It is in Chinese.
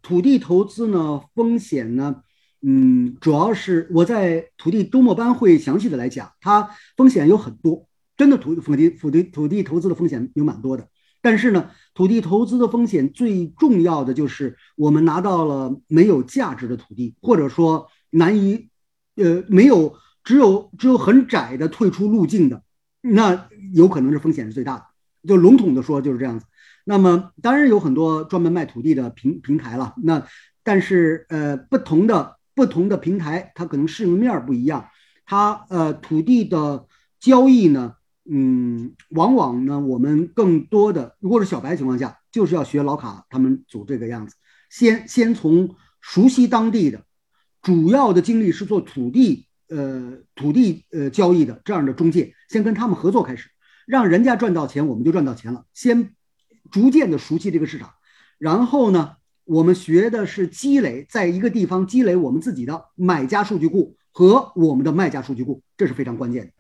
土地投资呢，风险呢，主要是我在土地周末班会详细的来讲，它风险有很多，真的土地投资的风险有蛮多的。但是呢，土地投资的风险最重要的就是我们拿到了没有价值的土地，或者说难以，没有只有很窄的退出路径的，那有可能是风险是最大的。就笼统的说就是这样子。那么当然有很多专门卖土地的平台了，那但是不同的平台，它可能适应面不一样，它土地的交易呢，往往呢我们更多的如果是小白情况下，就是要学老卡他们组这个样子，先从熟悉当地的主要的精力是做土地交易的这样的中介，先跟他们合作开始，让人家赚到钱，我们就赚到钱了。先逐渐的熟悉这个市场，然后呢，我们学的是积累，在一个地方积累我们自己的买家数据库和我们的卖家数据库，这是非常关键的。